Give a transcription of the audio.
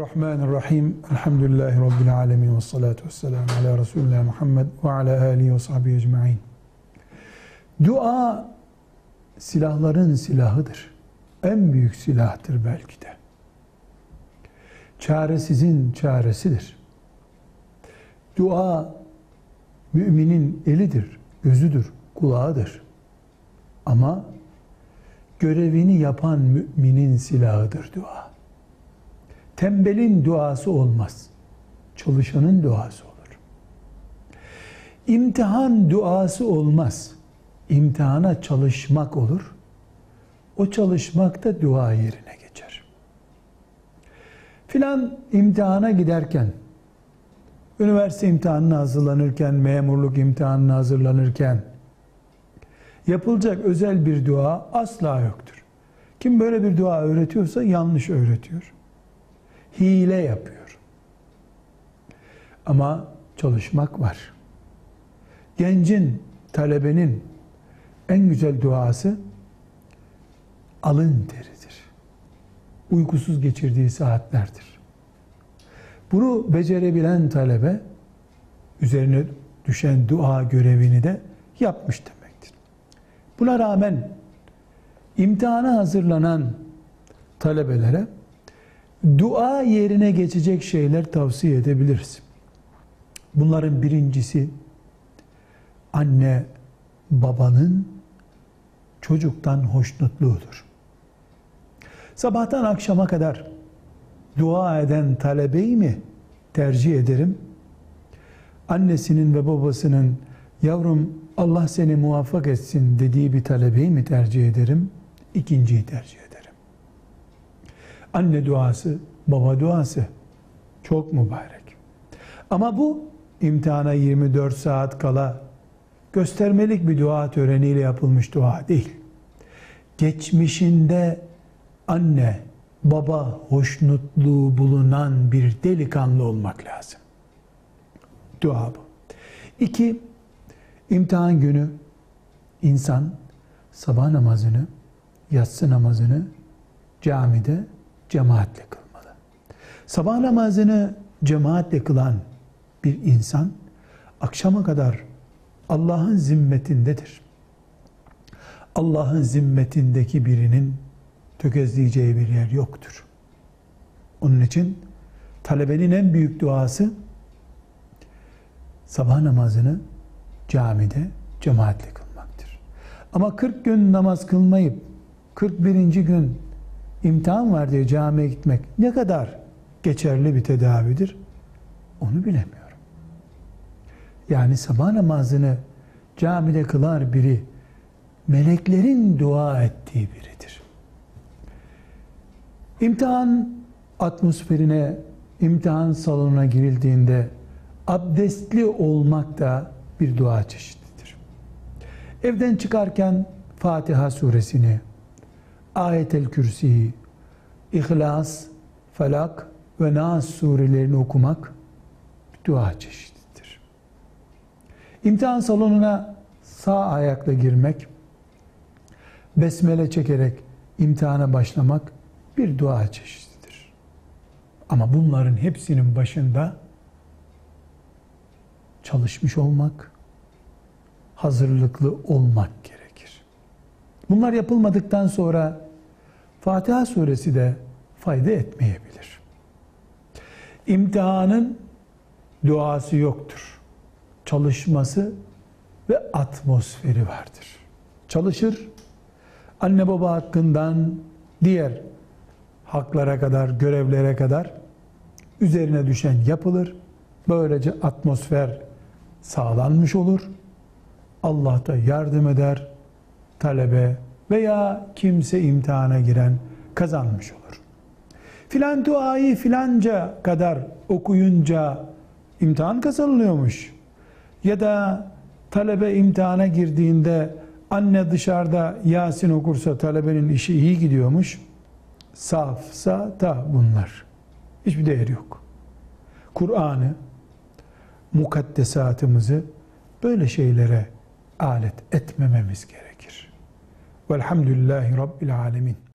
Bismillahirrahmanirrahim. Elhamdülillahi Rabbil alemin. Ve salatu ve selamu ala Resulullah Muhammed ve ala alihi ve sahbihi ecma'in. Dua silahların silahıdır. En büyük silahtır belki de. Çaresizin çaresidir. Dua müminin elidir, gözüdür, kulağıdır. Ama görevini yapan müminin silahıdır dua. Tembelin duası olmaz. Çalışanın duası olur. İmtihan duası olmaz. İmtihana çalışmak olur. O çalışmak da dua yerine geçer. Filan imtihana giderken, üniversite imtihanına hazırlanırken, memurluk imtihanına hazırlanırken yapılacak özel bir dua asla yoktur. Kim böyle bir dua öğretiyorsa yanlış öğretiyor. Hile yapıyor. Ama çalışmak var. Gencin, talebenin en güzel duası alın teridir. Uykusuz geçirdiği saatlerdir. Bunu becerebilen talebe üzerine düşen dua görevini de yapmış demektir. Buna rağmen imtihana hazırlanan talebelere dua yerine geçecek şeyler tavsiye edebiliriz. Bunların birincisi anne babanın çocuktan hoşnutluğudur. Sabahtan akşama kadar dua eden talebeyi mi tercih ederim? Annesinin ve babasının yavrum Allah seni muvaffak etsin dediği bir talebeyi mi tercih ederim? İkinciyi tercih ederim. Anne duası, baba duası çok mübarek. Ama bu imtihana 24 saat kala göstermelik bir dua töreniyle yapılmış dua değil. Geçmişinde anne, baba hoşnutluğu bulunan bir delikanlı olmak lazım. Dua bu. 2. İmtihan günü insan sabah namazını, yatsı namazını camide cemaatle kılmalı. Sabah namazını cemaatle kılan bir insan akşama kadar Allah'ın zimmetindedir. Allah'ın zimmetindeki birinin tökezleyeceği bir yer yoktur. Onun için talebenin en büyük duası sabah namazını camide cemaatle kılmaktır. Ama 40 gün namaz kılmayıp 41. gün imtihan var diye camiye gitmek ne kadar geçerli bir tedavidir? Onu bilemiyorum. Yani sabah namazını camide kılar biri meleklerin dua ettiği biridir. İmtihan atmosferine, imtihan salonuna girildiğinde abdestli olmak da bir dua çeşididir. Evden çıkarken Fatiha suresini, Ayet-el Kürsi'yi, İhlas, Felak ve Nas surelerini okumak bir dua çeşididir. İmtihan salonuna sağ ayakla girmek, besmele çekerek imtihana başlamak bir dua çeşididir. Ama bunların hepsinin başında çalışmış olmak, hazırlıklı olmak gerekir. Bunlar yapılmadıktan sonra Fatiha suresi de fayda etmeyebilir. İmtihanın duası yoktur. Çalışması ve atmosferi vardır. Çalışır, anne baba hakkından diğer haklara kadar, görevlere kadar üzerine düşen yapılır. Böylece atmosfer sağlanmış olur. Allah da yardım eder. Talebe veya kimse imtihana giren kazanmış olur. Filan duayı filanca kadar okuyunca imtihan kazanılıyormuş. Ya da talebe imtihana girdiğinde anne dışarıda Yasin okursa talebenin işi iyi gidiyormuş. Safsata bunlar. Hiçbir değeri yok. Kur'an'ı, mukaddesatımızı böyle şeylere alet etmememiz gerekir. Velhamdülillahi Rabbil alemin.